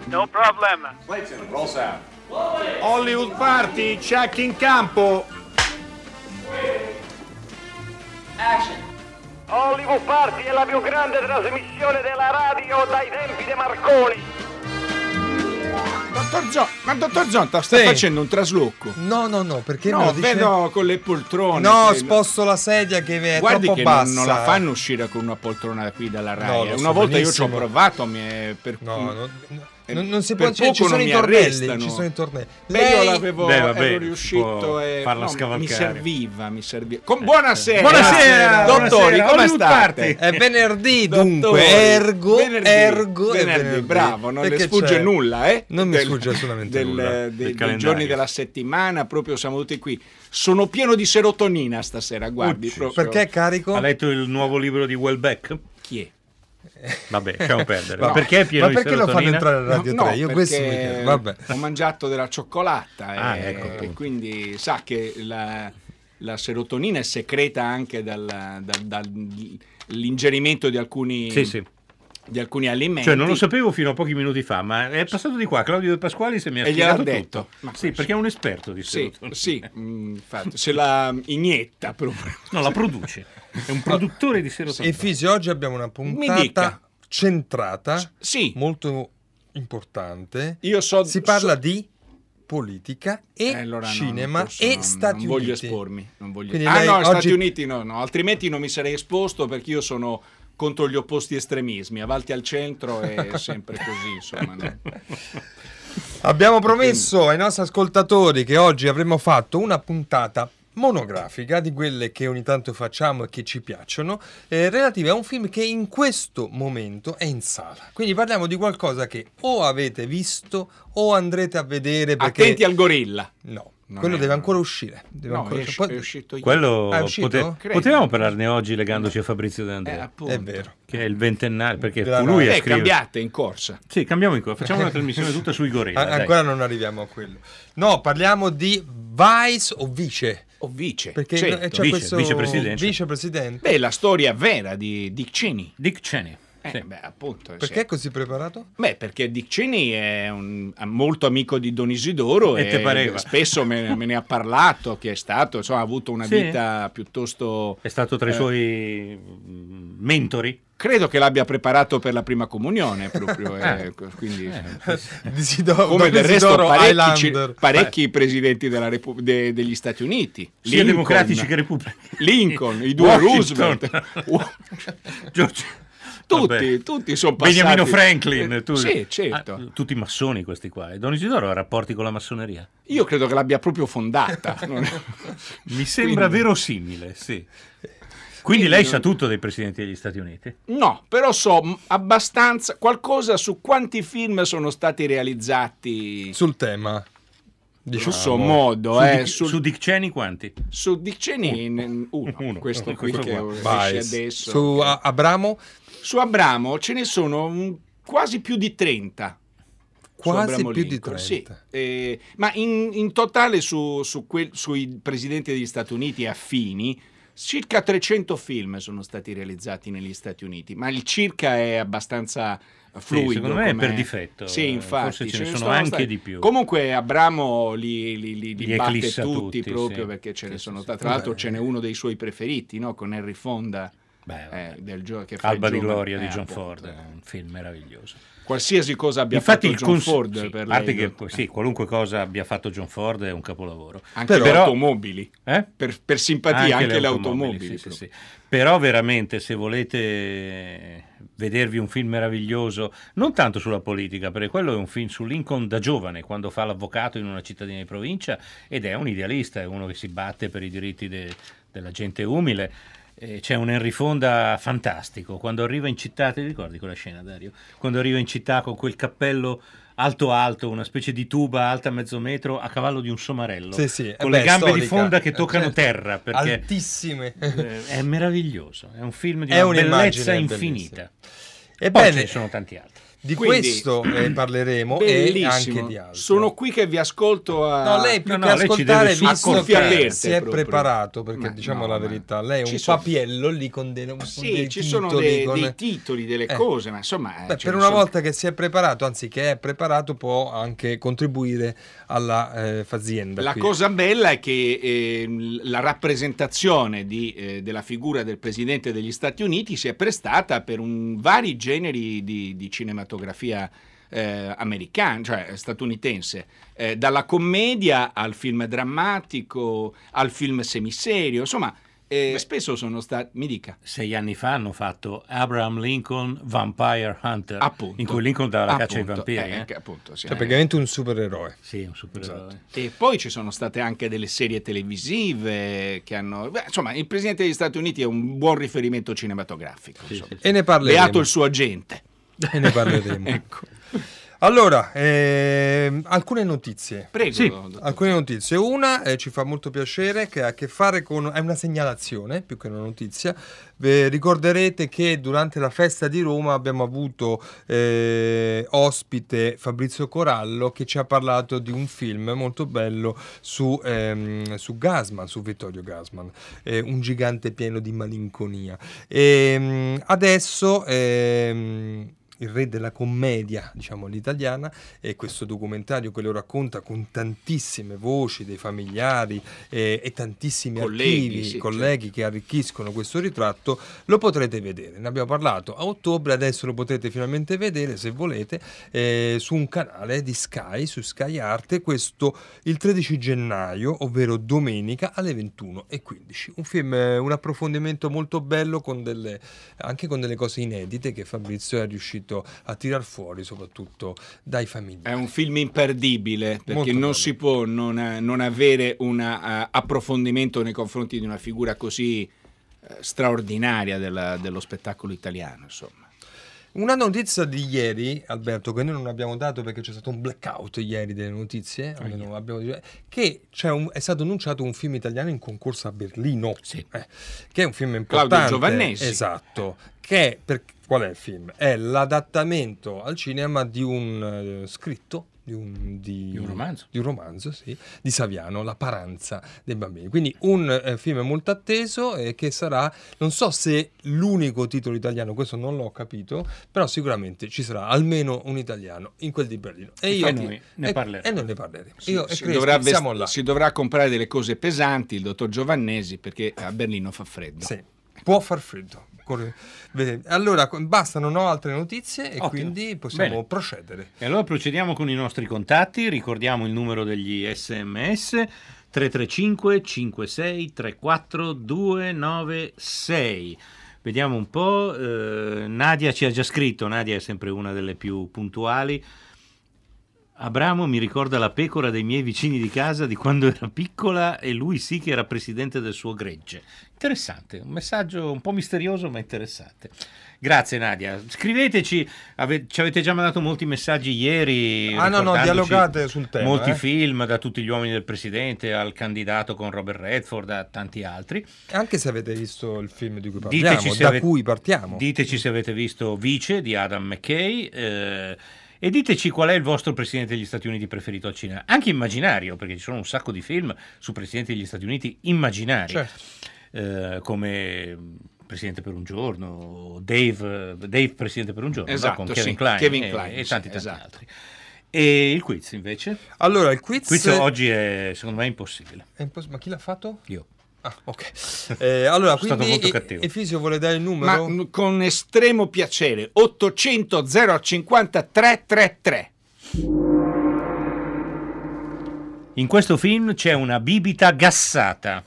No problem. Clayton, roll sound. Hollywood Party, check in campo. Action. Hollywood Party è la più grande trasmissione della radio dai tempi di Marconi. Dottor Zonta sta facendo un trasloco. No, perché No, vedo con le poltrone. No, sposto la sedia che è Guardi troppo che bassa. non la fanno uscire con una poltrona qui dalla Rai. No, lo Una so volta benissimo. io ci ho provato, Non si per può, poco ci sono non i mi tornelli, arrestano. ci sono i tornelli. Beh, io l'avevo ero riuscito può farla scavalcare. mi serviva. Buonasera. Buonasera, dottori, buonasera. come Hollywood state? È venerdì, Dottori, dunque, ergo è venerdì, bravo, non Perché le sfugge c'è? nulla, Non mi sfugge assolutamente nulla. dei calendario. giorni della settimana, proprio siamo tutti qui. Sono pieno di serotonina stasera, guardi. Proprio. Perché è carico? Ha letto il nuovo libro di Welbeck? Chi è? Vabbè, lasciamo perdere. No. Perché è pieno Ma di perché lo fanno serotonina? entrare a Radio 3? Io perché questo mi chiedo. Vabbè. ho mangiato della cioccolata Ecco, e appunto. quindi sa che la serotonina è secreta anche dall'ingerimento di alcuni, Sì. di alcuni alimenti. Cioè, non lo sapevo fino a pochi minuti fa, ma è passato di qua Claudio De Pasquali se mi ha E gliel'ha spiegato detto. tutto. Ma Sì, questo- perché è un esperto di Sì, serotonina. sì, infatti, se la inietta proprio. No, la produce. È un produttore di serotonina. E Fisi, oggi abbiamo una Mi puntata dica. centrata, Sì, molto importante. io so. Si parla di politica e Allora no, cinema non posso, e non Stati voglio Uniti. espormi. Non voglio... Quindi Ah lei no, oggi- Stati Uniti no, altrimenti non mi sarei esposto perché io sono contro gli opposti estremismi, avanti al centro è sempre così, insomma. No? Abbiamo promesso ai nostri ascoltatori che oggi avremmo fatto una puntata monografica di quelle che ogni tanto facciamo e che ci piacciono, relative a un film che in questo momento è in sala. Quindi parliamo di qualcosa che o avete visto o andrete a vedere perché... Attenti al gorilla. No, Non quello è- deve ancora uscire. No, è uscito ieri. Quello È uscito? Credo. potevamo parlarne oggi legandoci a Fabrizio De Andrea, Appunto. È vero. che è il ventennale, perché Della fu lui a Rai. scrivere. Cambiate in corsa. Sì, cambiamo in facciamo una trasmissione tutta sui gorilla. dai. Ancora non arriviamo a quello. No, parliamo di Vice o Vice. O vice. Perché certo. c'è questo vicepresidente. vicepresidente. Beh, la storia vera di Dick Cheney. Dick Cheney. Sì. Beh, appunto. Perché è così preparato? Beh, perché Dick Cheney è molto amico di Don Isidoro E te pareva. spesso me ne ha parlato, che è stato, insomma, ha avuto una Sì. vita piuttosto... È stato tra i suoi mentori. Credo che l'abbia preparato per la prima comunione proprio, quindi... Come del resto parecchi presidenti degli Stati Uniti. Sia democratici che repubblicani. Lincoln, i due Washington. Roosevelt. George- Vabbè. Tutti sono passati. Beniamino Franklin. Sì, certo. Tutti massoni questi qua. E Don Isidoro ha rapporti con la massoneria. Io credo che l'abbia proprio fondata. Mi sembra verosimile, sì. Quindi lei sa tutto dei presidenti degli Stati Uniti? No, però so abbastanza qualcosa su quanti film sono stati realizzati Sul tema. Diciamo. grosso modo. Su Dick Cheney quanti? Su Dick Cheney uno, questo qui questo che qua. esce adesso. Su Abramo? Su Abramo ce ne sono quasi più di 30. su Quasi Abramo più di Lincoln, 30. sì. Ma in totale sui presidenti degli Stati Uniti affini circa 300 film sono stati realizzati negli Stati Uniti, ma il circa è abbastanza fluido. secondo me è per difetto. Sì, infatti. Forse ce ne sono anche di più. Comunque Abramo li batte eclissa tutti proprio sì. perché ce ne Sì, sono. sì, Tra l'altro ce n'è uno dei suoi preferiti, no? Con Henry Fonda. Che fa Alba il di giovane- gloria di John appunto, Ford, è un film meraviglioso. Qualsiasi cosa abbia Infatti fatto John Ford sì, per a parte lei, che sì, qualunque cosa abbia fatto John Ford è un capolavoro. anche le automobili, per simpatia anche le automobili. sì, sì. Però veramente se volete vedervi un film meraviglioso, non tanto sulla politica, perché quello è un film su Lincoln da giovane, quando fa l'avvocato in una cittadina di provincia ed è un idealista, è uno che si batte per i diritti della gente umile. C'è un Henry Fonda fantastico quando arriva in città, ti ricordi quella scena, Dario? Quando arriva in città con quel cappello alto alto, una specie di tuba alta mezzo metro a cavallo di un somarello, Sì. con le gambe storica. di Fonda che toccano Certo. terra, perché altissime. è meraviglioso, è un film di È una un'immagine bellezza infinita. bellissima. Poi ce Ebbene, ne sono tanti altri. Di Quindi, questo parleremo e anche di altro. Sono qui che vi ascolto a... No, lei più che lei ci ascoltare, deve visto cuffie che aperte si è proprio. preparato, perché Ma diciamo no, la ma verità, lei è un ci sono- papiello lì con dei Sì, ci titoli, sono dei titoli, delle cose, ma insomma... Beh, ce per ne una sono- volta che si è preparato, anzi che è preparato, può anche contribuire alla fazienda. La qui. cosa bella è che la rappresentazione della figura del Presidente degli Stati Uniti si è prestata per vari generi di cinematografia americana, cioè statunitense, dalla commedia al film drammatico, al film semiserio, insomma, spesso sono stati... Mi dica. 6 anni fa hanno fatto Abraham Lincoln Vampire Hunter, Appunto. in cui Lincoln dava la caccia ai Appunto, vampiri. che appunto, sì. Cioè, praticamente un supereroe. Sì, un supereroe. E poi ci sono state anche delle serie televisive che hanno... Beh, insomma, il Presidente degli Stati Uniti è un buon riferimento cinematografico. Sì, insomma. sì. E ne parleremo. Beato il suo agente. E ne parleremo. Ecco. Allora, alcune notizie. Prego. Sì. dottor. Alcune notizie. Una ci fa molto piacere, che ha a che fare con... è una segnalazione più che una notizia. Ricorderete che durante la festa di Roma abbiamo avuto ospite Fabrizio Corallo, che ci ha parlato di un film molto bello su Gassman, su Vittorio Gassman, un gigante pieno di malinconia. Adesso il re della commedia, diciamo all'italiana, e questo documentario che lo racconta con tantissime voci dei familiari e tantissimi Colleghi, colleghi certo. che arricchiscono questo ritratto, lo potrete vedere. Ne abbiamo parlato a ottobre, adesso lo potete finalmente vedere, se volete, su un canale di Sky, su Sky Arte, questo il 13 gennaio, ovvero domenica alle 21:15. Un film, un approfondimento molto bello anche con delle cose inedite che Fabrizio è riuscito a tirar fuori, soprattutto dai familiari. È un film imperdibile, perché Molto non bello. si può non avere un approfondimento nei confronti di una figura così straordinaria dello spettacolo italiano, insomma. Una notizia di ieri, Alberto, che noi non abbiamo dato perché c'è stato un blackout ieri delle notizie, che è stato annunciato un film italiano in concorso a Berlino, Sì. che è un film importante. Claudio Giovannesi. Esatto. Qual è il film? È l'adattamento al cinema di un scritto, di un romanzo, sì, di Saviano, La paranza dei bambini. Quindi un film molto atteso che sarà, non so se l'unico titolo italiano, questo non l'ho capito, però sicuramente ci sarà almeno un italiano in quel di Berlino. E noi ne parleremo. E noi ne parleremo. Si dovrà comprare delle cose pesanti il dottor Giovannesi, perché a Berlino fa freddo. Sì, può far freddo. Allora, bastano altre notizie e Ottimo. quindi possiamo Bene. procedere. E allora procediamo con i nostri contatti, ricordiamo il numero degli SMS 335 56 34 296. Vediamo un po', Nadia ci ha già scritto, Nadia è sempre una delle più puntuali. Abramo mi ricorda la pecora dei miei vicini di casa di quando era piccola e lui sì che era presidente del suo gregge. Interessante, un messaggio un po' misterioso ma interessante. Grazie Nadia, scriveteci, ci avete già mandato molti messaggi ieri. Dialogate sul tema. Molti film, da Tutti gli uomini del presidente al Candidato con Robert Redford a tanti altri. Anche se avete visto il film di cui parliamo, cui partiamo. Diteci se avete visto Vice di Adam McKay, e diteci qual è il vostro Presidente degli Stati Uniti preferito al cinema, anche immaginario, perché ci sono un sacco di film su Presidenti degli Stati Uniti immaginari, certo. come Presidente per un giorno, Dave Presidente per un giorno, Esatto, no? Con Kevin sì, Kline, Kevin Kline, e tanti esatto. altri. E il quiz invece? Allora, il quiz oggi è secondo me impossibile. Ma chi l'ha fatto? Io. Ah, ok. Allora, Sono stato molto quindi cattivo. Efisio vuole dare il numero? Ma con estremo piacere. 800 050 333. In questo film c'è una bibita gassata.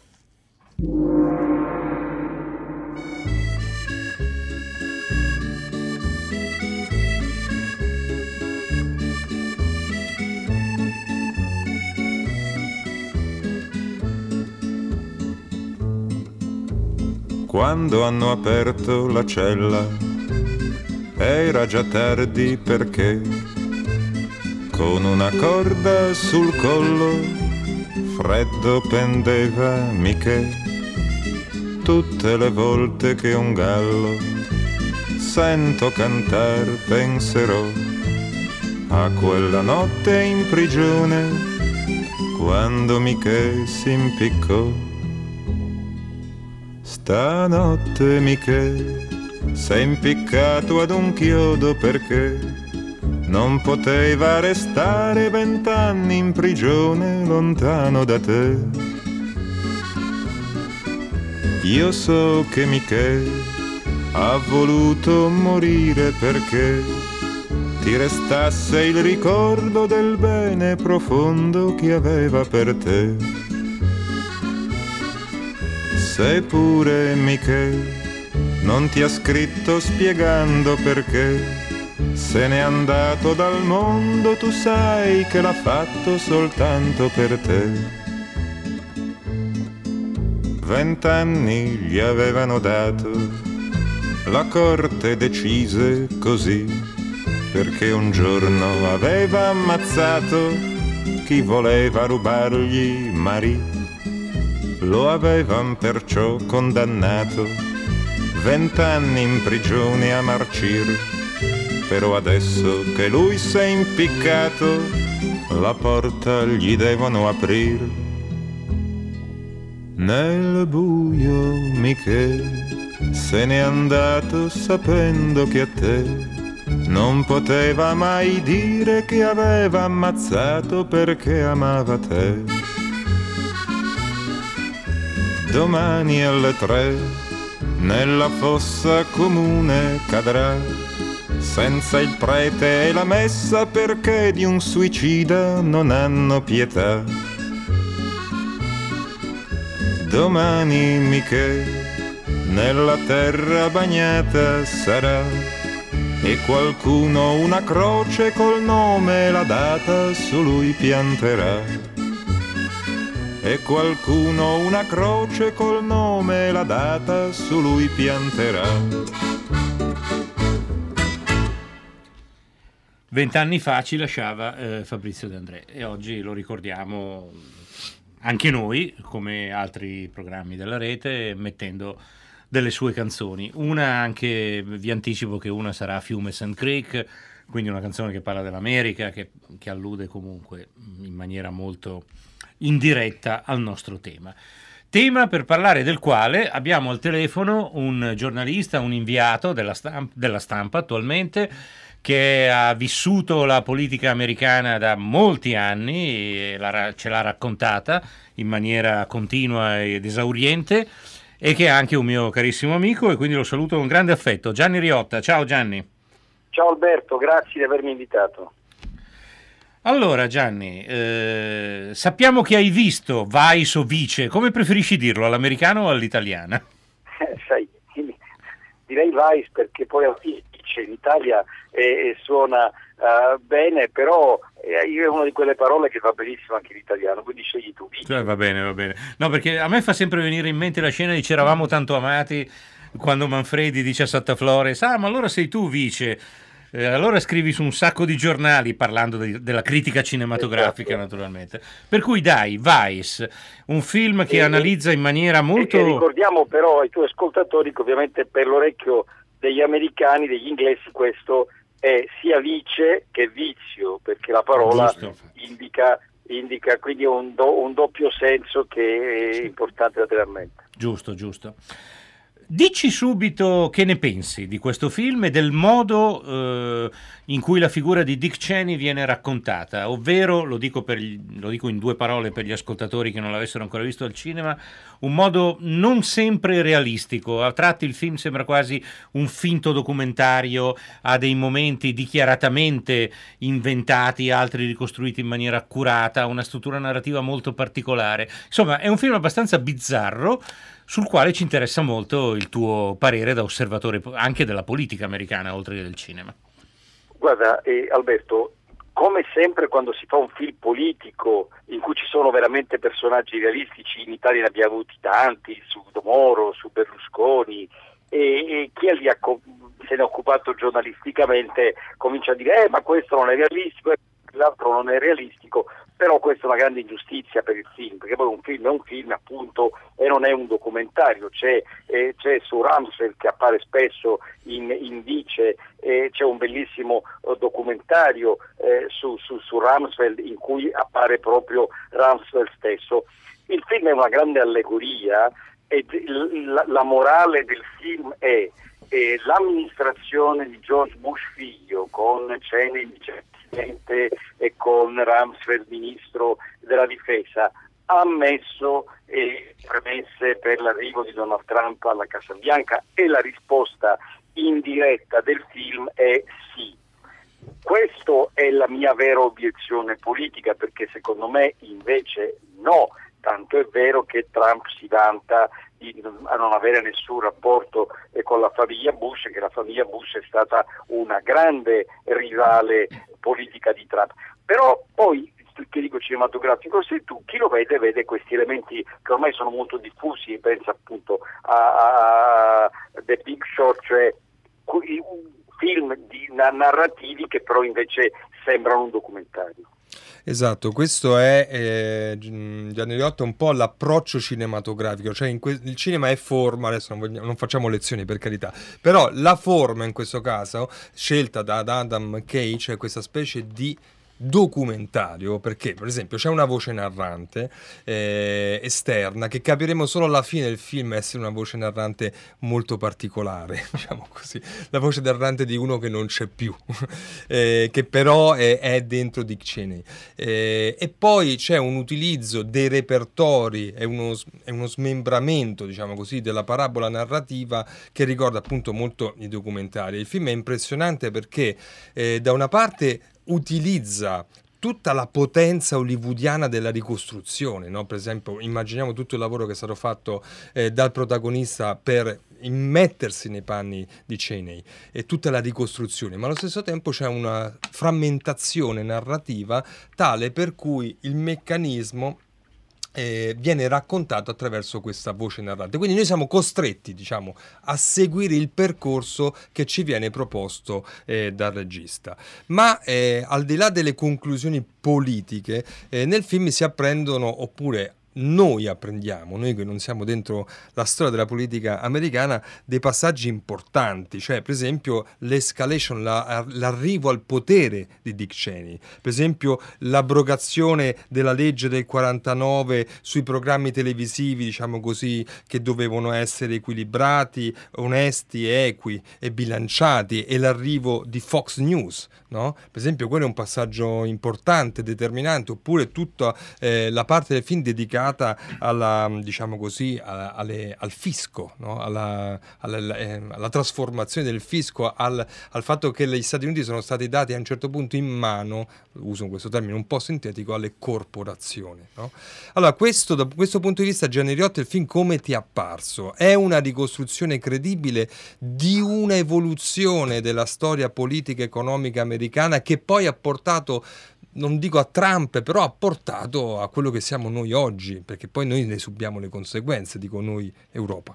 Quando hanno aperto la cella era già tardi perché con una corda sul collo freddo pendeva Michè. Tutte le volte che un gallo sento cantar penserò a quella notte in prigione quando Michè si impiccò. Stanotte Michè sei impiccato ad un chiodo perché non poteva restare 20 anni in prigione lontano da te. Io so che Michè ha voluto morire perché ti restasse il ricordo del bene profondo che aveva per te. Seppure Michè non ti ha scritto spiegando perché se n'è andato dal mondo, tu sai che l'ha fatto soltanto per te. 20 anni gli avevano dato, la corte decise così, perché un giorno aveva ammazzato chi voleva rubargli Marie. Lo avevan perciò condannato 20 anni in prigione a marcir, però adesso che lui s'è impiccato, la porta gli devono aprire. Nel buio Michè se n'è andato sapendo che a te non poteva mai dire che aveva ammazzato perché amava te. Domani alle 3 nella fossa comune cadrà, senza il prete e la messa perché di un suicida non hanno pietà. Domani Michè nella terra bagnata sarà e qualcuno una croce col nome e la data su lui pianterà. E qualcuno una croce col nome e la data su lui pianterà. 20 anni fa ci lasciava Fabrizio De André e oggi lo ricordiamo anche noi, come altri programmi della rete, mettendo delle sue canzoni. Una anche, vi anticipo che una sarà Fiume St. Creek, quindi una canzone che parla dell'America, che allude comunque in maniera molto indiretta al nostro tema per parlare del quale abbiamo al telefono un giornalista, un inviato della stampa attualmente, che ha vissuto la politica americana da molti anni e ce l'ha raccontata in maniera continua ed esauriente, e che è anche un mio carissimo amico, e quindi lo saluto con grande affetto. Gianni Riotta. Ciao Gianni. Ciao Alberto, grazie di avermi invitato. Allora Gianni, sappiamo che hai visto Vice o Vice, come preferisci dirlo, all'americana o all'italiana? Sai, direi Vice perché poi Vice in Italia suona bene, però è una di quelle parole che va benissimo anche in italiano, quindi scegli tu. Vice. Va bene. No, perché a me fa sempre venire in mente la scena di Ci eravamo tanto amati, quando Manfredi dice a Santa Flores: ah, ma allora sei tu Vice. Allora scrivi su un sacco di giornali parlando della critica cinematografica, esatto. Naturalmente. Per cui dai, Vice, un film che analizza in maniera molto... E ricordiamo però ai tuoi ascoltatori che ovviamente per l'orecchio degli americani, degli inglesi, questo è sia vice che vizio, perché la parola indica quindi un doppio senso che è importante da tenere a mente. Giusto. Dici subito che ne pensi di questo film e del modo in cui la figura di Dick Cheney viene raccontata, ovvero, lo dico in 2 parole per gli ascoltatori che non l'avessero ancora visto al cinema, un modo non sempre realistico. A tratti il film sembra quasi un finto documentario, ha dei momenti dichiaratamente inventati, altri ricostruiti in maniera accurata, una struttura narrativa molto particolare. Insomma, è un film abbastanza bizzarro, sul quale ci interessa molto il tuo parere da osservatore anche della politica americana, oltre che del cinema. Guarda, Alberto, come sempre quando si fa un film politico in cui ci sono veramente personaggi realistici, in Italia ne abbiamo avuti tanti, su Moro, su Berlusconi, e chi se ne è occupato giornalisticamente comincia a dire ma questo non è realistico, l'altro non è realistico, Però questa è una grande ingiustizia per il film, perché poi un film è un film appunto e non è un documentario. C'è su Rumsfeld che appare spesso in Vice, c'è un bellissimo documentario su Rumsfeld in cui appare proprio Rumsfeld stesso. Il film è una grande allegoria e la morale del film è l'amministrazione di George Bush figlio, con Cheney vicepresidente e con Rumsfeld ministro della difesa, ha messo premesse per l'arrivo di Donald Trump alla Casa Bianca, e la risposta indiretta del film è sì. Questa è la mia vera obiezione politica, perché secondo me invece no, tanto è vero che Trump si vanta di non avere nessun rapporto con la famiglia Bush, che la famiglia Bush è stata una grande rivale politica di Trump. Però poi, che dico cinematografico, se tu chi lo vede questi elementi che ormai sono molto diffusi, pensa appunto a The Big Short, cioè film narrativi che però invece sembrano un documentario. Esatto, questo è Gianni Riotta, un po' l'approccio cinematografico, cioè il cinema è forma, adesso non facciamo lezioni per carità, però la forma in questo caso scelta da Adam McKay, cioè questa specie di documentario, perché per esempio c'è una voce narrante esterna che capiremo solo alla fine del film essere una voce narrante molto particolare, diciamo così, la voce narrante di uno che non c'è più che però è dentro Dick Cheney, e poi c'è un utilizzo dei repertori, è uno smembramento, diciamo così, della parabola narrativa che ricorda appunto molto i documentari. Il film è impressionante perché da una parte utilizza tutta la potenza hollywoodiana della ricostruzione, no? Per esempio, immaginiamo tutto il lavoro che è stato fatto dal protagonista per immettersi nei panni di Cheney e tutta la ricostruzione, ma allo stesso tempo c'è una frammentazione narrativa tale per cui il meccanismo viene raccontato attraverso questa voce narrante. Quindi noi siamo costretti, diciamo, a seguire il percorso che ci viene proposto dal regista. Ma al di là delle conclusioni politiche, nel film si apprendono, oppure noi apprendiamo, noi che non siamo dentro la storia della politica americana, dei passaggi importanti, cioè per esempio l'escalation, l'arrivo al potere di Dick Cheney, per esempio l'abrogazione della legge del 49 sui programmi televisivi, diciamo così, che dovevano essere equilibrati, onesti, equi e bilanciati, e l'arrivo di Fox News, no? Per esempio quello è un passaggio importante, determinante. Oppure tutta la parte del film dedicata alla, diciamo così, al fisco, no? alla trasformazione del fisco, al fatto che gli Stati Uniti sono stati dati a un certo punto in mano, uso questo termine un po' sintetico, alle corporazioni, no? Allora, da questo punto di vista, Gianni Riotta, il film come ti è apparso? È una ricostruzione credibile di una evoluzione della storia politica e economica americana che poi ha portato, non dico a Trump, però ha portato a quello che siamo noi oggi, perché poi noi ne subiamo le conseguenze, dico noi Europa.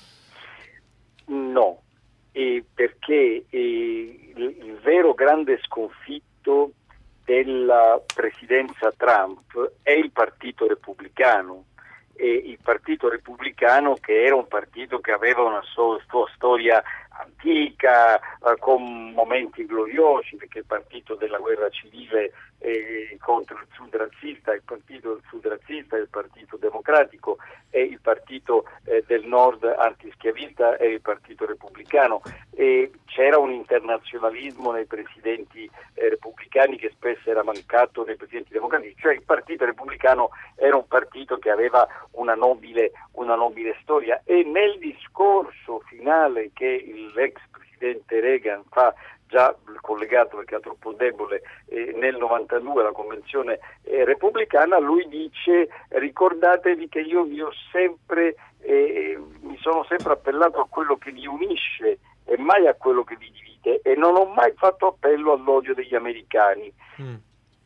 No, perché il vero grande sconfitto della presidenza Trump è il Partito Repubblicano, e il Partito Repubblicano, che era un partito che aveva una sua storia antica, con momenti gloriosi, perché il partito della guerra civile contro il sud razzista, il partito del sud razzista, il partito democratico, e il partito del nord antischiavista e il partito repubblicano. E c'era un internazionalismo nei presidenti repubblicani che spesso era mancato nei presidenti democratici, cioè il partito repubblicano era un partito che aveva una nobile storia. E nel discorso finale che l'ex presidente Reagan fa, già collegato perché è troppo debole, nel 92 alla convenzione repubblicana, lui dice: ricordatevi che io vi ho sempre mi sono sempre appellato a quello che vi unisce e mai a quello che vi divide, e non ho mai fatto appello all'odio degli americani.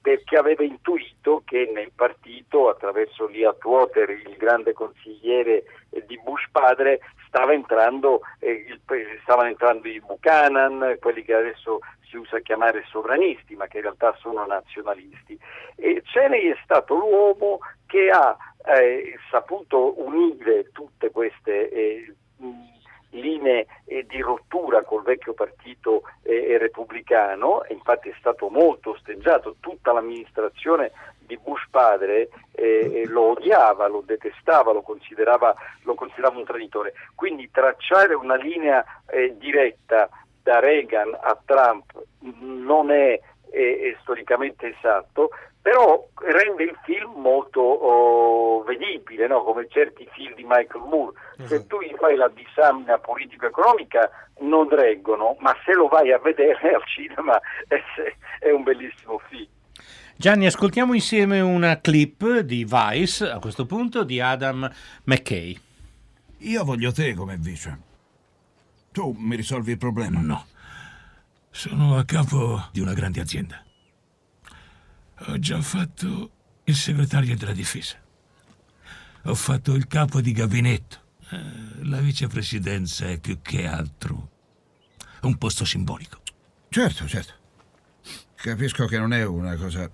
perché aveva intuito che nel partito, attraverso Lee Atwater, il grande consigliere di Bush padre, stavano entrando i Buchanan, quelli che adesso si usa chiamare sovranisti, ma che in realtà sono nazionalisti. E Cheney è stato l'uomo che ha saputo unire tutte queste linee di rottura col vecchio partito repubblicano, e infatti è stato molto osteggiato. Tutta l'amministrazione di Bush padre lo odiava, lo detestava, lo considerava un traditore. Quindi tracciare una linea diretta da Reagan a Trump non è storicamente esatto, però rende il film molto vedibile, no? Come certi film di Michael Moore. Se tu gli fai la disamina politico-economica non reggono, ma se lo vai a vedere al cinema è un bellissimo film. Gianni, ascoltiamo insieme una clip di Vice, a questo punto, di Adam McKay. Io voglio te come vice. Tu mi risolvi il problema? No. Sono a capo di una grande azienda. Ho già fatto il segretario della difesa. Ho fatto il capo di gabinetto. La vicepresidenza è più che altro un posto simbolico. Certo. Capisco che non è una cosa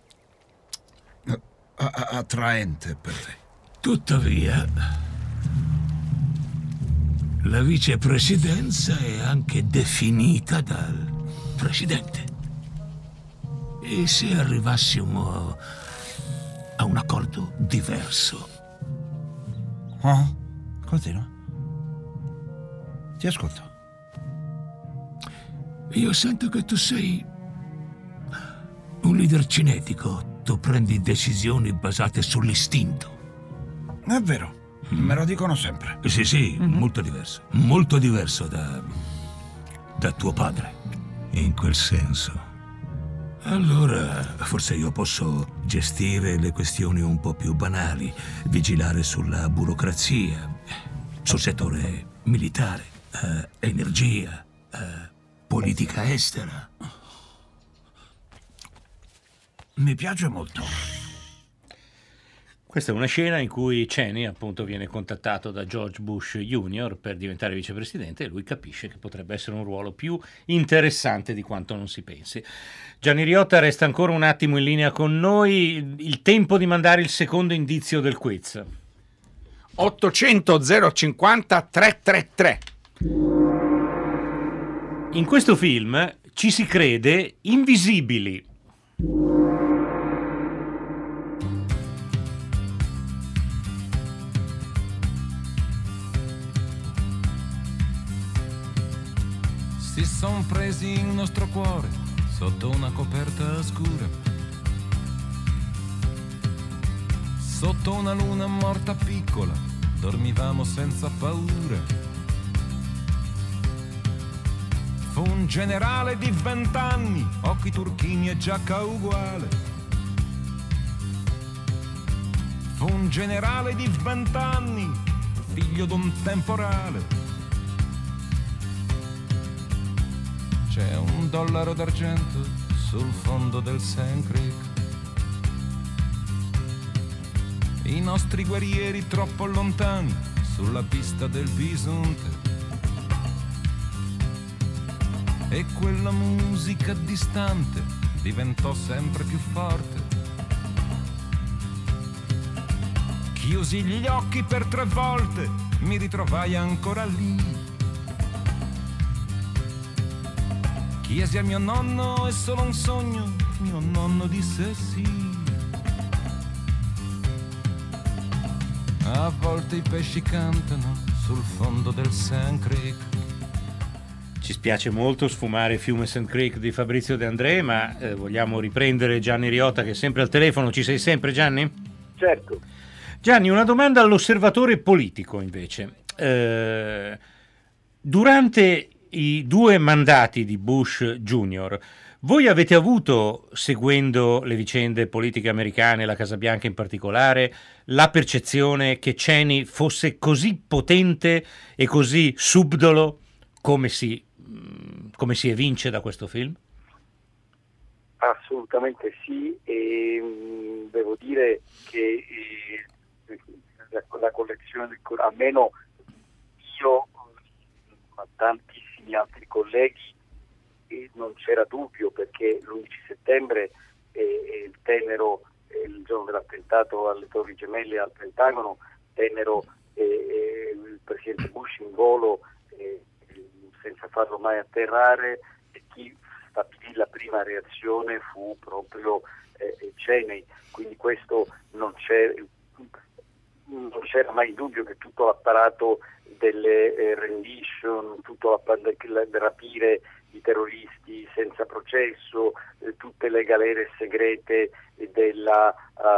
attraente per te. Tuttavia, la vicepresidenza è anche definita dal presidente. E se arrivassimo a un accordo diverso? Continua. Ti ascolto. Io sento che tu sei un leader cinetico. Tu prendi decisioni basate sull'istinto. È vero. Me lo dicono sempre. Sì, molto diverso. Molto diverso da tuo padre. In quel senso. Allora, forse io posso gestire le questioni un po' più banali, vigilare sulla burocrazia, sul settore militare, energia, politica estera. Mi piace molto. Questa è una scena in cui Cheney appunto viene contattato da George Bush Jr. per diventare vicepresidente, e lui capisce che potrebbe essere un ruolo più interessante di quanto non si pensi. Gianni Riotta resta ancora un attimo in linea con noi, il tempo di mandare il secondo indizio del quiz. 800 050 333. In questo film ci si crede invisibili. Si son presi il nostro cuore sotto una coperta scura, sotto una luna morta piccola, dormivamo senza paura. Fu un generale di 20 anni, occhi turchini e giacca uguale. Fu un generale di 20 anni, figlio d'un temporale. C'è un dollaro d'argento sul fondo del Sand Creek. I nostri guerrieri troppo lontani sulla pista del bisonte. E quella musica distante diventò sempre più forte. Chiusi gli occhi per 3 volte, mi ritrovai ancora lì. Chiesi a mio nonno, è solo un sogno, mio nonno disse sì. A volte i pesci cantano sul fondo del Sand Creek. Ci spiace molto sfumare Fiume Sand Creek di Fabrizio De André, ma vogliamo riprendere Gianni Riotta, che è sempre al telefono. Ci sei sempre, Gianni? Certo. Gianni, una domanda all'osservatore politico invece. Durante i 2 mandati di Bush Jr., voi avete avuto, seguendo le vicende politiche americane, la Casa Bianca in particolare, la percezione che Cheney fosse così potente e così subdolo come si evince da questo film? Assolutamente sì, e devo dire che la collezione, almeno io, ma tantissimi altri colleghi, non c'era dubbio, perché l'11 settembre il tennero, il giorno dell'attentato alle Torri Gemelle al Pentagono, tennero il presidente Bush in volo senza farlo mai atterrare, e chi stabilì la prima reazione fu proprio Cheney, quindi questo non c'era mai dubbio che tutto l'apparato delle rendition, tutto il rapire i terroristi senza processo, tutte le galere segrete della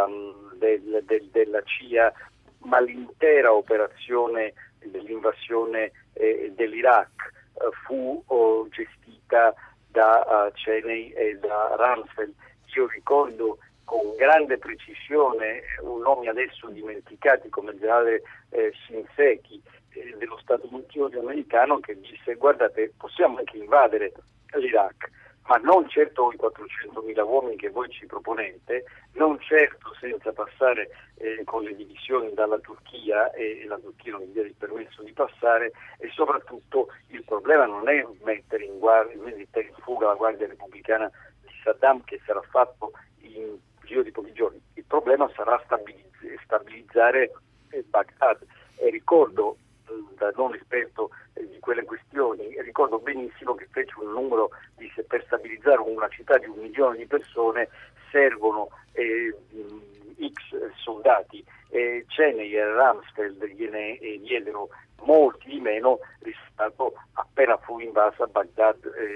CIA, ma l'intera operazione dell'invasione dell'Iraq fu gestita da Cheney e da Rumsfeld. Io ricordo con grande precisione nomi adesso dimenticati come il generale Shinseki dello Stato Maggiore americano, che disse: guardate, possiamo anche invadere l'Iraq, ma non certo i 400.000 uomini che voi ci proponete, non certo senza passare con le divisioni dalla Turchia, e la Turchia non gli diede il permesso di passare, e soprattutto il problema non è mettere in fuga la Guardia Repubblicana di Saddam, che sarà fatto in giro di pochi giorni. Il problema sarà stabilizzare Baghdad, e ricordo, da non esperto di quelle questioni, ricordo benissimo che fece un numero per stabilizzare una città di 1 milione di persone servono X soldati, Cheney e Rumsfeld gliene diedero molti di meno rispetto appena fu invasa Baghdad,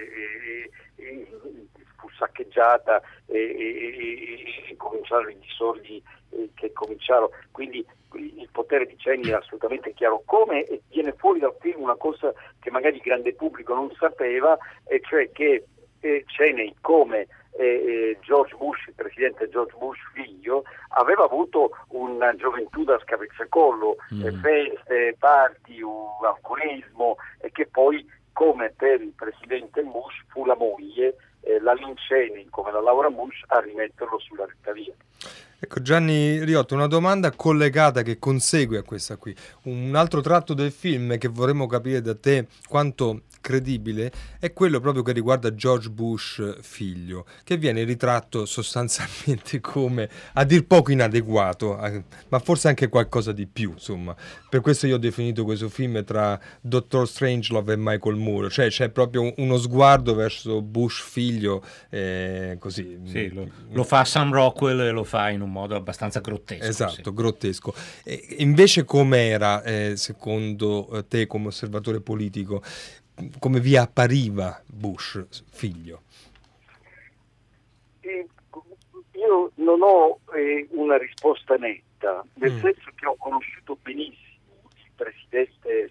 fu saccheggiata e cominciarono i disordini che cominciarono. Quindi il potere di Cheney è assolutamente chiaro. Come viene fuori dal film una cosa che magari il grande pubblico non sapeva, e cioè che Cheney, come George Bush, il presidente George Bush figlio, aveva avuto una gioventù da scavezzacollo, feste, party, alcolismo, e che poi, come per il presidente Bush, fu la moglie, la Lynn Cheney, come la Laura Bush, a rimetterlo sulla retta via. Ecco, Gianni Riotto, una domanda collegata che consegue a questa qui. Un altro tratto del film che vorremmo capire da te quanto credibile è quello proprio che riguarda George Bush figlio, che viene ritratto sostanzialmente come a dir poco inadeguato, ma forse anche qualcosa di più, insomma. Per questo io ho definito questo film tra Dottor Strangelove e Michael Moore, cioè c'è proprio uno sguardo verso Bush figlio, così. Sì, lo fa Sam Rockwell e lo fa in un modo abbastanza grottesco. Esatto, sì. Grottesco. Invece com'era, secondo te come osservatore politico, come vi appariva Bush figlio? Io non ho una risposta netta, nel senso che ho conosciuto benissimo il presidente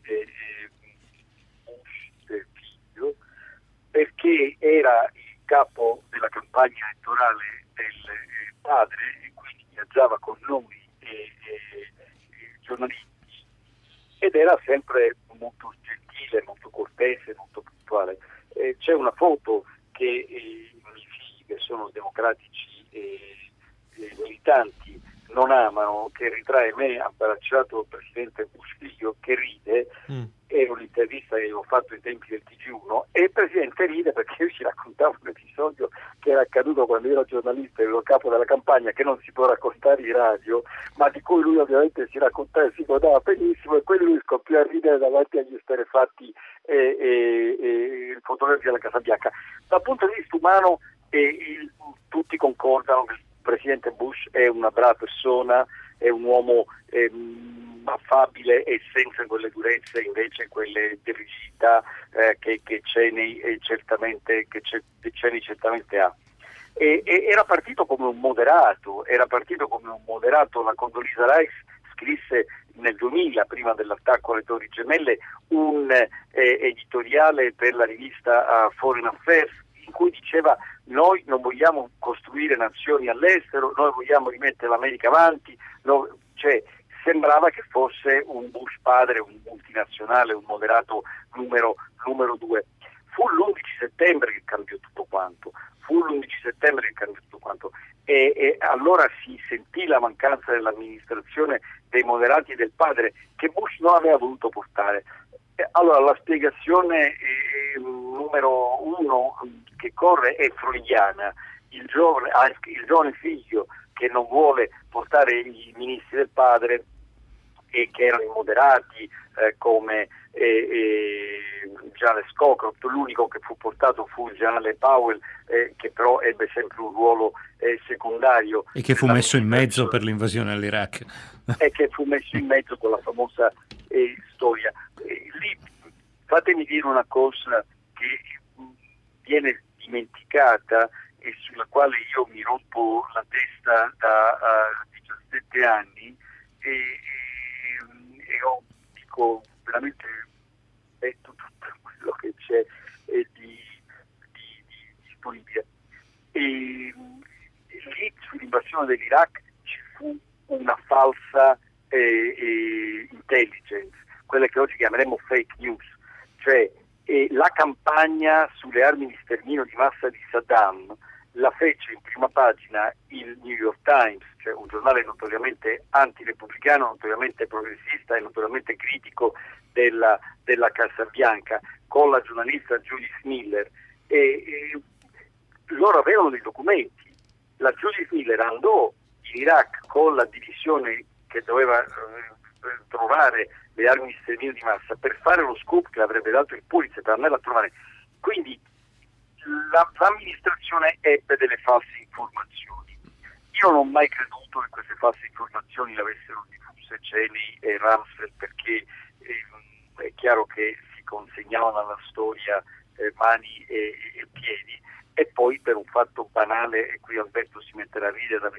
Bush figlio, perché era il capo della campagna elettorale del padre, e quindi viaggiava con noi giornalisti, ed era sempre molto gentile, molto cortese, molto puntuale. C'è una foto che i miei figli, che sono democratici e militanti, non amano, che ritrae me abbracciato il presidente Bush figlio che ride. Era un'intervista che avevo fatto ai tempi del TG1, e il presidente ride perché io ci raccontavo un episodio che era accaduto quando ero giornalista e ero capo della campagna, che non si può raccontare in radio, ma di cui lui ovviamente si raccontava e si guardava benissimo, e quello lui scoppiò a ridere davanti agli esterrefatti fotografi della Casa Bianca. Dal punto di vista umano tutti concordano che il presidente Bush è una brava persona, è un uomo affabile e senza quelle durezze, invece quelle di rigidità che Cheney certamente ha. E era partito come un moderato, la Condoleezza Rice scrisse nel 2000, prima dell'attacco alle Torri Gemelle, un editoriale per la rivista Foreign Affairs, in cui diceva: noi non vogliamo costruire nazioni all'estero, noi vogliamo rimettere l'America avanti, sembrava che fosse un Bush padre, un multinazionale, un moderato numero 2. fu l'11 settembre che cambiò tutto quanto, e allora si sentì la mancanza dell'amministrazione dei moderati e del padre, che Bush non aveva voluto portare. Allora la spiegazione numero uno che corre è freudiana, il giovane figlio che non vuole portare i ministri del padre, e che erano i moderati come il generale Scowcroft. L'unico che fu portato fu il generale Powell, che però ebbe sempre un ruolo secondario. E che fu messo in mezzo per l'invasione all'Iraq. E che fu messo in mezzo con la famosa storia. Lì fatemi dire una cosa che viene dimenticata e sulla quale io mi rompo la testa da 17 anni, e ho veramente detto tutto quello che c'è di disponibile. E lì sull'invasione dell'Iraq ci fu una falsa intelligence, quelle che oggi chiameremo fake news, cioè la campagna sulle armi di sterminio di massa di Saddam la fece in prima pagina il New York Times, cioè un giornale notoriamente antirepubblicano, notoriamente progressista e notoriamente critico della Casa Bianca, con la giornalista Judith Miller, e loro avevano dei documenti. La Judith Miller andò in Iraq con la divisione che doveva trovare le armi di sterminio di massa per fare lo scoop che avrebbe dato il Pulitzer, per andarla a trovare. Quindi l'amministrazione ebbe delle false informazioni. Io non ho mai creduto che queste false informazioni le avessero diffuse Cheney e Rumsfeld, perché è chiaro che si consegnavano alla storia mani e piedi, e poi per un fatto banale, e qui Alberto si metterà a ridere da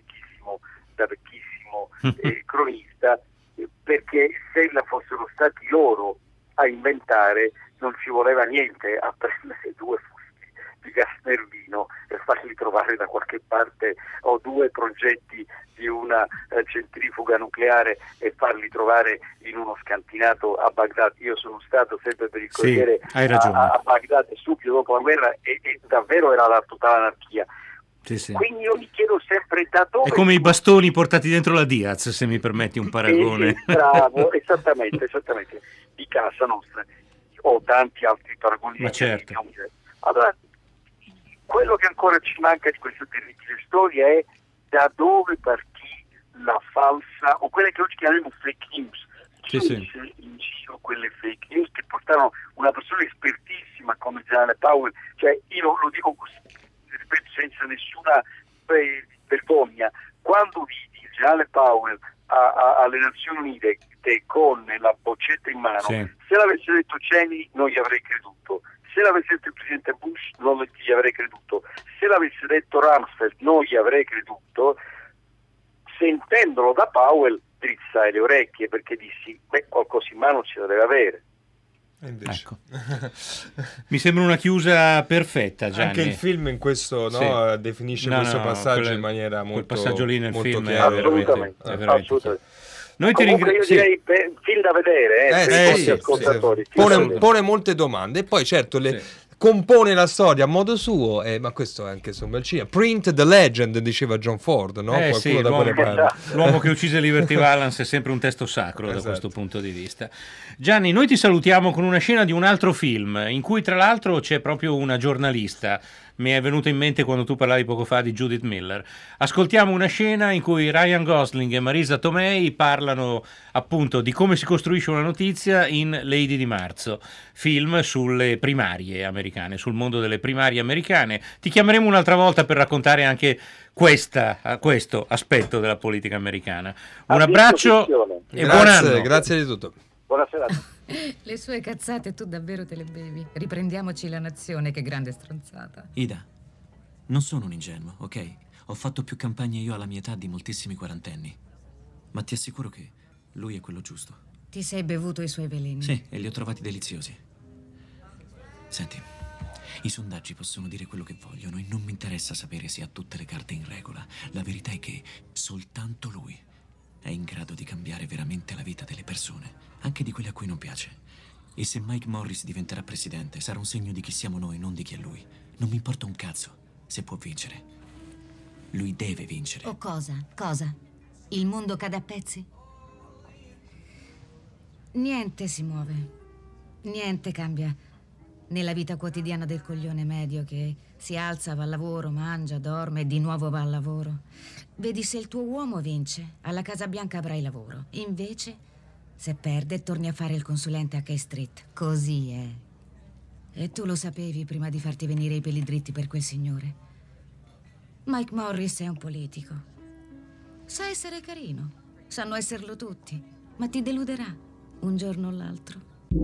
vecchissimo cronista, perché se la fossero stati loro a inventare non ci voleva niente a prendere 2 fusti di gas nervino e farli trovare da qualche parte, o 2 progetti di una centrifuga nucleare e farli trovare in uno scantinato a Baghdad. Io sono stato sempre per il Corriere a Baghdad subito dopo la guerra, e davvero era la totale anarchia. Sì. Quindi io mi chiedo sempre da dove... È come i bastoni portati dentro la Diaz, se mi permetti un paragone. Bravo, esattamente, di casa nostra. Ho tanti altri paragoni. Ma certo. Allora, quello che ancora ci manca di questa terribile storia è da dove partì la falsa, o quelle che oggi chiamiamo fake news. Chi mise in giro quelle fake news che portarono una persona espertissima come il generale Powell? Cioè, io lo dico così, ripeto, senza nessuna vergogna, quando vidi il generale Powell alle Nazioni Unite con la boccetta in mano, se l'avesse detto Cheney non gli avrei creduto, se l'avesse detto il presidente Bush non gli avrei creduto, se l'avesse detto Rumsfeld non gli avrei creduto. Sentendolo da Powell drizzai le orecchie, perché dissi, qualcosa in mano ce la deve avere. Ecco. Mi sembra una chiusa perfetta, Gianni. Anche il film in questo definisce questo passaggio in maniera molto, quel passaggio lì nel film chiara. Assolutamente. Noi io direi film da vedere per gli ascoltatori. Pone molte domande, e poi certo compone la storia a modo suo, ma questo è anche insomma il cinema. Print the legend, diceva John Ford, no? L'uomo che uccise Liberty Valance è sempre un testo sacro da questo punto di vista. Gianni, noi ti salutiamo con una scena di un altro film in cui tra l'altro c'è proprio una giornalista. Mi è venuto in mente quando tu parlavi poco fa di Judith Miller. Ascoltiamo una scena in cui Ryan Gosling e Marisa Tomei parlano appunto di come si costruisce una notizia in Lady di Marzo, film sulle primarie americane, sul mondo delle primarie americane. Ti chiameremo un'altra volta per raccontare anche questo aspetto della politica americana. Un abbraccio e buon anno. Grazie di tutto. Buona serata. Le sue cazzate tu davvero te le bevi? Riprendiamoci la nazione, che grande stronzata. Ida, non sono un ingenuo, ok? Ho fatto più campagne io alla mia età di moltissimi quarantenni. Ma ti assicuro che lui è quello giusto. Ti sei bevuto i suoi veleni? Sì, e li ho trovati deliziosi. Senti, i sondaggi possono dire quello che vogliono e non mi interessa sapere se ha tutte le carte in regola. La verità è che soltanto lui è in grado di cambiare veramente la vita delle persone, anche di quelle a cui non piace. E se Mike Morris diventerà presidente, sarà un segno di chi siamo noi, non di chi è lui. Non mi importa un cazzo se può vincere. Lui deve vincere. O cosa? Cosa? Il mondo cade a pezzi? Niente si muove. Niente cambia nella vita quotidiana del coglione medio che si alza, va al lavoro, mangia, dorme e di nuovo va al lavoro. Vedi, se il tuo uomo vince, alla Casa Bianca avrai lavoro. Invece, se perde, torni a fare il consulente a K Street. Così è. E tu lo sapevi prima di farti venire i peli dritti per quel signore. Mike Morris è un politico. Sa essere carino. Sanno esserlo tutti. Ma ti deluderà un giorno o l'altro.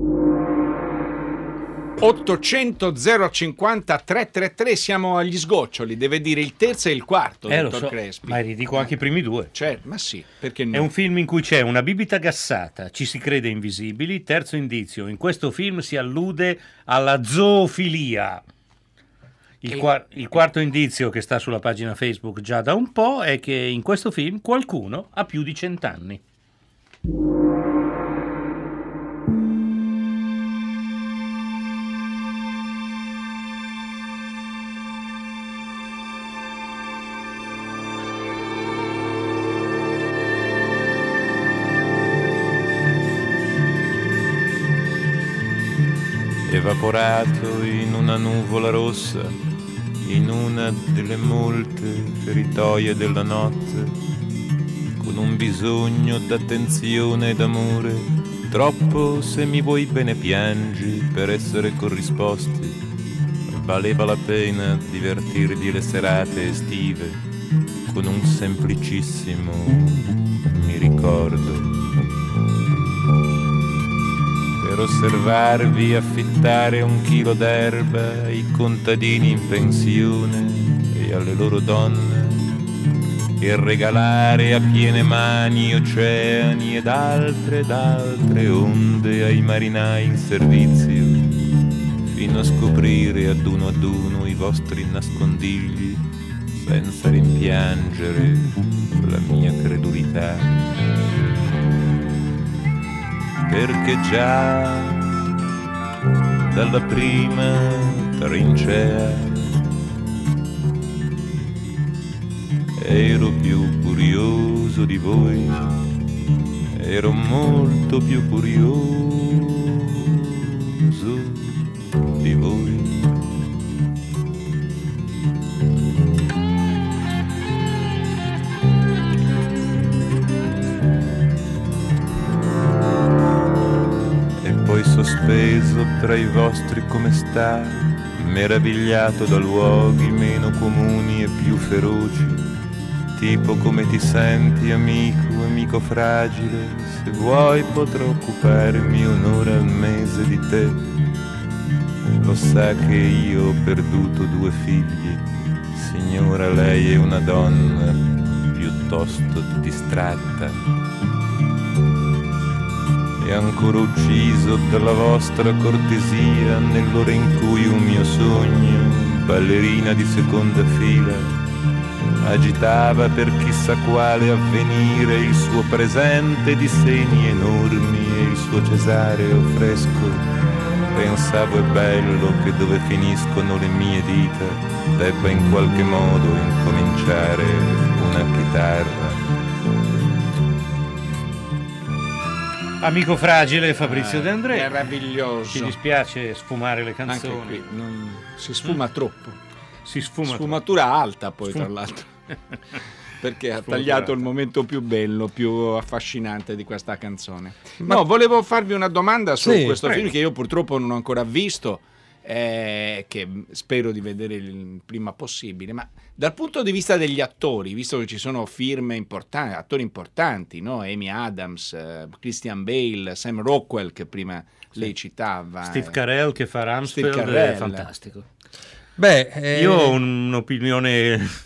800 050 333, siamo agli sgoccioli, deve dire il terzo e il quarto, lo dottor so, Crespi. ma ridico anche i primi due. Certo, ma sì, perché no? È un film in cui c'è una bibita gassata, ci si crede invisibili. Terzo indizio, in questo film si allude alla zoofilia. Il quarto indizio, che sta sulla pagina Facebook già da un po', è che in questo film qualcuno ha più di 100 anni. Evaporato in una nuvola rossa, in una delle molte feritoie della notte, con un bisogno d'attenzione ed amore, troppo se mi vuoi bene piangi per essere corrisposti. Valeva la pena divertirvi le serate estive con un semplicissimo mi ricordo. Per osservarvi affittare 1 chilo d'erba ai contadini in pensione e alle loro donne, e regalare a piene mani oceani ed altre onde ai marinai in servizio, fino a scoprire ad uno i vostri nascondigli, senza rimpiangere la mia credulità. Perché già dalla prima trincea ero più curioso di voi, ero molto più curioso di voi. Sospeso tra i vostri come sta, meravigliato da luoghi meno comuni e più feroci, tipo come ti senti amico fragile, se vuoi potrò occuparmi un'ora al mese di te. Lo sa che io ho perduto 2 figli, signora, lei è una donna piuttosto distratta. E ancora ucciso dalla vostra cortesia nell'ora in cui un mio sogno, ballerina di seconda fila, agitava per chissà quale avvenire il suo presente di seni enormi e il suo cesareo fresco. Pensavo è bello che dove finiscono le mie dita debba in qualche modo incominciare una chitarra. Amico fragile Fabrizio De André. Meraviglioso. Ci dispiace sfumare le canzoni. Anche qui si sfuma troppo. Si sfuma sfumatura troppo. Alta poi tra l'altro. Perché ha tagliato il momento più bello, più affascinante di questa canzone. No, volevo farvi una domanda su questo film che io purtroppo non ho ancora visto, che spero di vedere il prima possibile, ma dal punto di vista degli attori, visto che ci sono firme importanti, attori importanti, no? Amy Adams, Christian Bale, Sam Rockwell che prima lei citava, Steve Carell che fa Rumsfeld, è fantastico. Beh, io ho un'opinione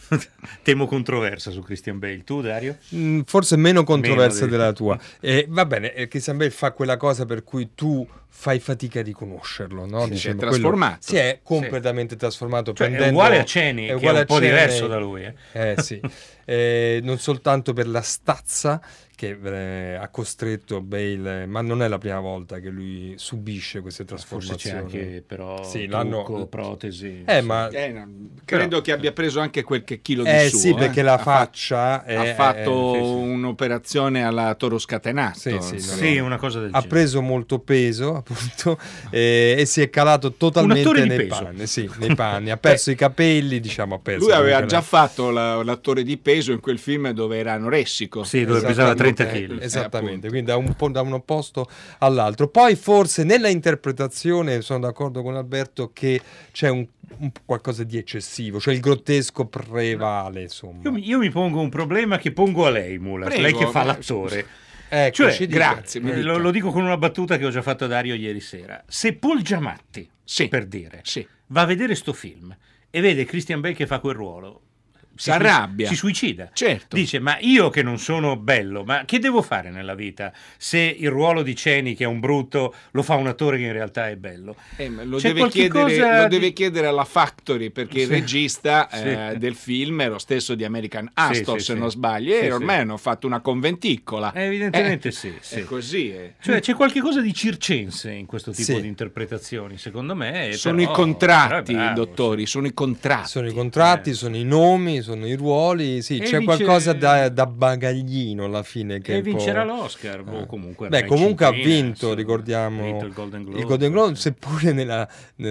Temo controversa su Christian Bale. Tu, Dario? Forse meno controversa della tua. Va bene, Christian Bale fa quella cosa per cui tu fai fatica a riconoscerlo, no? Si è trasformato. Si è completamente trasformato. Cioè, è uguale a Cheney, che è un po' diverso da lui. Sì. Non soltanto per la stazza che ha costretto Bale, ma non è la prima volta che lui subisce queste trasformazioni. Forse c'è anche però trucco, protesi. Credo che abbia preso anche qualche chilo di suo. Sì, perché la faccia ha fatto un'operazione alla Toro Scatenato. Sì, una cosa del genere. Ha preso molto peso, appunto, e si è calato totalmente nei panni. Ha perso i capelli, diciamo. Lui aveva già fatto l'attore di peso in quel film dove era anoressico. Sì, dove pesava 30 kg. Esattamente, quindi da un opposto all'altro. Poi forse nella interpretazione sono d'accordo con Alberto che c'è un qualcosa di eccessivo, cioè il grottesco prevale, insomma. Io mi pongo un problema che pongo a lei, Mulas, lei che fa l'attore. Grazie. Lo dico con una battuta che ho già fatto a Dario ieri sera. Se Paul Giamatti, per dire, va a vedere sto film e vede Christian Bale che fa quel ruolo, si arrabbia, si suicida, certo. Dice: ma io che non sono bello, ma che devo fare nella vita se il ruolo di Cheney, che è un brutto, lo fa un attore che in realtà è bello? Lo deve chiedere alla Factory, perché il regista del film è lo stesso di American Hustle, se non sbaglio, e ormai hanno fatto una conventicola. Evidentemente sì. È così. Cioè c'è qualche cosa di circense in questo tipo di interpretazioni, secondo me. Sono i contratti, dottori, sono i contratti. Sono i contratti, sono i nomi, sono i ruoli, c'è qualcosa da bagaglino alla fine che vincerà l'Oscar comunque. Comunque ha vinto, ricordiamo, il Golden Globe, seppure nella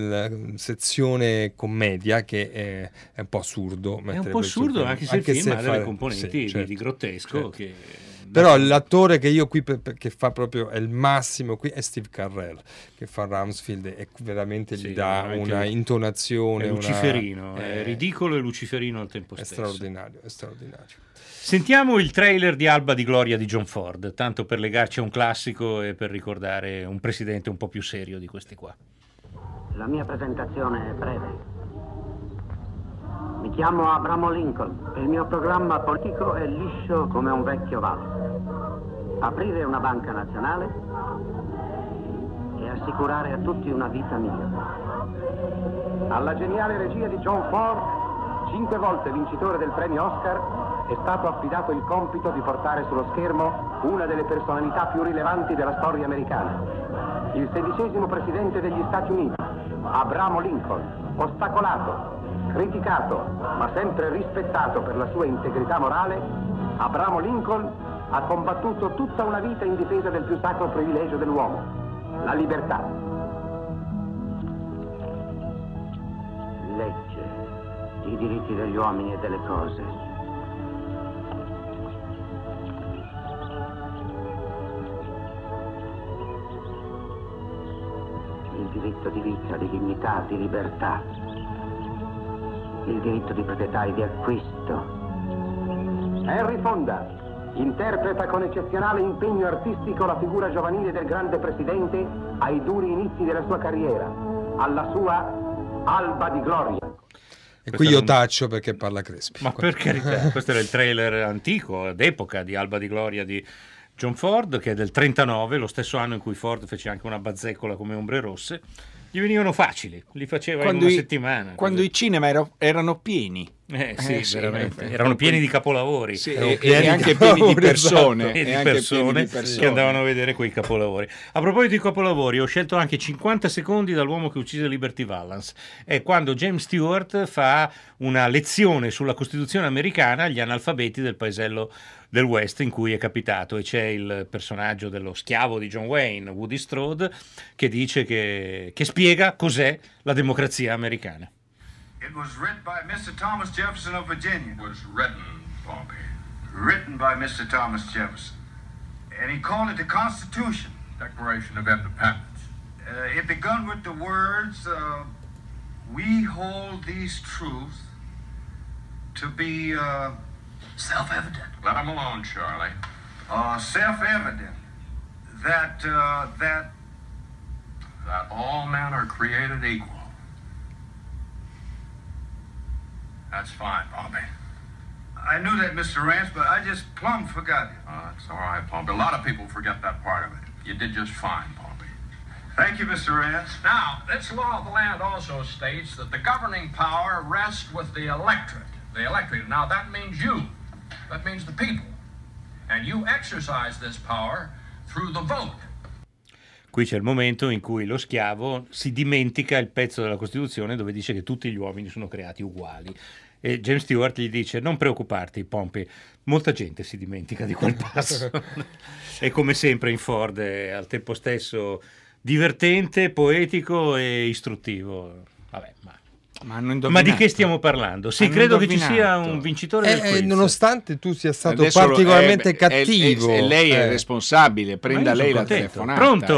sezione commedia, che è un po' assurdo. È un po' assurdo, anche se il film ha delle componenti di grottesco. Però l'attore che io qui che fa proprio è il massimo qui è Steve Carell, che fa Rumsfeld, e veramente gli dà una intonazione, è luciferino, è ridicolo e luciferino al tempo stesso. È straordinario. Sentiamo il trailer di Alba di Gloria di John Ford, tanto per legarci a un classico e per ricordare un presidente un po' più serio di questi qua. La mia presentazione è breve. Mi chiamo Abramo Lincoln e il mio programma politico è liscio come un vecchio vallo. Aprire una banca nazionale e assicurare a tutti una vita migliore. Alla geniale regia di John Ford, 5 volte vincitore del premio Oscar, è stato affidato il compito di portare sullo schermo una delle personalità più rilevanti della storia americana. Il 16° presidente degli Stati Uniti, Abramo Lincoln, ostacolato, criticato, ma sempre rispettato per la sua integrità morale, Abramo Lincoln ha combattuto tutta una vita in difesa del più sacro privilegio dell'uomo, la libertà. Legge, i diritti degli uomini e delle cose. Il diritto di vita, di dignità, di libertà. Il diritto di proprietà e di acquisto. Henry Fonda interpreta con eccezionale impegno artistico la figura giovanile del grande presidente ai duri inizi della sua carriera, alla sua alba di gloria. E qui io taccio perché parla Crespi. Ma per carità, questo era il trailer antico, d'epoca, di Alba di Gloria di John Ford, che è del 39, lo stesso anno in cui Ford fece anche una bazzecola come Ombre Rosse. Gli venivano facili, li faceva in una settimana. Quando i cinema erano pieni. Sì, veramente. Erano pieni di capolavori. E anche pieni di persone. Che andavano a vedere quei capolavori. A proposito di capolavori, ho scelto anche 50 secondi dall'uomo che uccise Liberty Valance. È quando James Stewart fa una lezione sulla Costituzione americana agli analfabeti del paesello del West in cui è capitato, e c'è il personaggio dello schiavo di John Wayne, Woody Strode, che dice che spiega cos'è la democrazia americana. It was written by Mr. Thomas Jefferson of Virginia. It was written, Bobby. Written by Mr. Thomas Jefferson. And he called it the Constitution. Declaration of Independence. It begun with the words, we hold these truths to be self-evident. Let him alone, Charlie. Self-evident that all men are created equal. That's fine, Bobby. I knew that, Mr. Rance, but I just plumb forgot it. It's all right, Pompey. A lot of people forget that part of it. You did just fine, Pompey. Thank you, Mr. Rance. Now, this law of the land also states that the governing power rests with the electorate. The electorate. Now, that means you. That means the people. And you exercise this power through the vote. Qui c'è il momento in cui lo schiavo si dimentica il pezzo della Costituzione dove dice che tutti gli uomini sono creati uguali. E James Stewart gli dice: non preoccuparti, Pompey, molta gente si dimentica di quel passo. E come sempre in Ford è al tempo stesso divertente, poetico e istruttivo. Vabbè, ma di che stiamo parlando? Sì, credo che ci sia un vincitore del quiz. Nonostante tu sia stato particolarmente cattivo. E lei è responsabile, prenda lei la telefonata.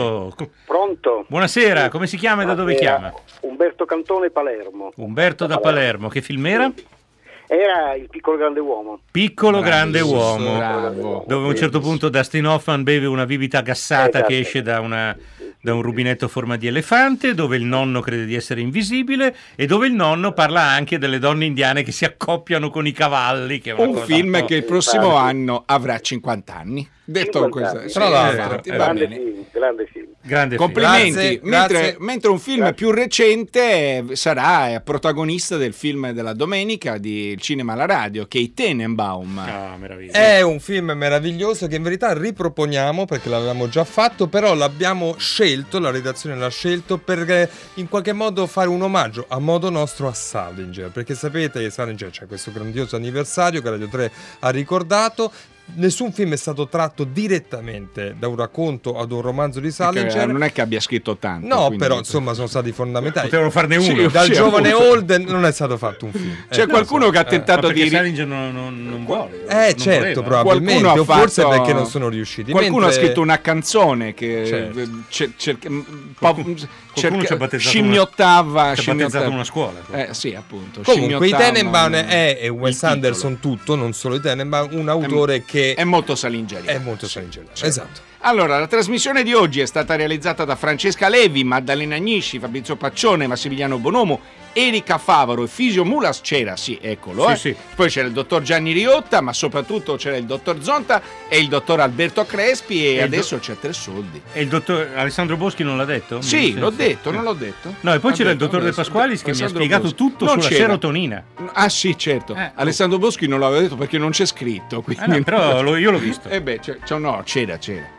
Pronto? Buonasera, come si chiama e da dove chiama? Umberto Cantone, Palermo. Umberto da Palermo, che film era? Era Il piccolo grande uomo. Piccolo grande uomo, bravo. Dove a un certo punto Dustin Hoffman beve una bibita gassata che esce da un rubinetto a forma di elefante, dove il nonno crede di essere invisibile e dove il nonno parla anche delle donne indiane che si accoppiano con i cavalli. Che è un film che il prossimo anno avrà 50 anni. Detto questo, tra l'altro, grande film. Grande complimenti. Grazie. Mentre un film più recente sarà protagonista del film della domenica di Cinema alla Radio, che è Tenenbaum. È un film meraviglioso che in verità riproponiamo perché l'avevamo già fatto, però l'abbiamo scelto, la redazione l'ha scelto per in qualche modo fare un omaggio a modo nostro a Salinger, perché sapete che Salinger c'è questo grandioso anniversario che Radio 3 ha ricordato. Nessun film è stato tratto direttamente da un racconto ad un romanzo di Salinger. Non è che abbia scritto tanto. No, quindi... però insomma sono stati fondamentali. Potevano farne uno. Dal giovane Holden non è stato fatto un film. C'è qualcuno che ha tentato di... Salinger non vuole. Certo, probabilmente. O forse perché non sono riusciti. Qualcuno ha scritto una canzone che scimmiottava. Ci ha battezzato una scuola. Sì, appunto. Comunque i Tenenbaum e Wes Anderson tutto, non solo i Tenenbaum, un autore che è molto salingeriano. È molto salingeriano, esatto. Allora, la trasmissione di oggi è stata realizzata da Francesca Levi, Maddalena Agnisci, Fabrizio Paccione, Massimiliano Bonomo, Erika Favaro e Fisio Mulas. C'era, sì, eccolo. Sì. Poi c'era il dottor Gianni Riotta, ma soprattutto c'era il dottor Zonta e il dottor Alberto Crespi e adesso c'è Tre Soldi. E il dottor Alessandro Boschi non l'ha detto? Sì, l'ho detto, non l'ho detto? No, e poi c'era il dottor De Pasqualis che mi ha spiegato tutto sulla serotonina. Ah sì, certo. Alessandro Boschi non l'aveva detto perché non c'è scritto. Quindi però io l'ho visto. C'era.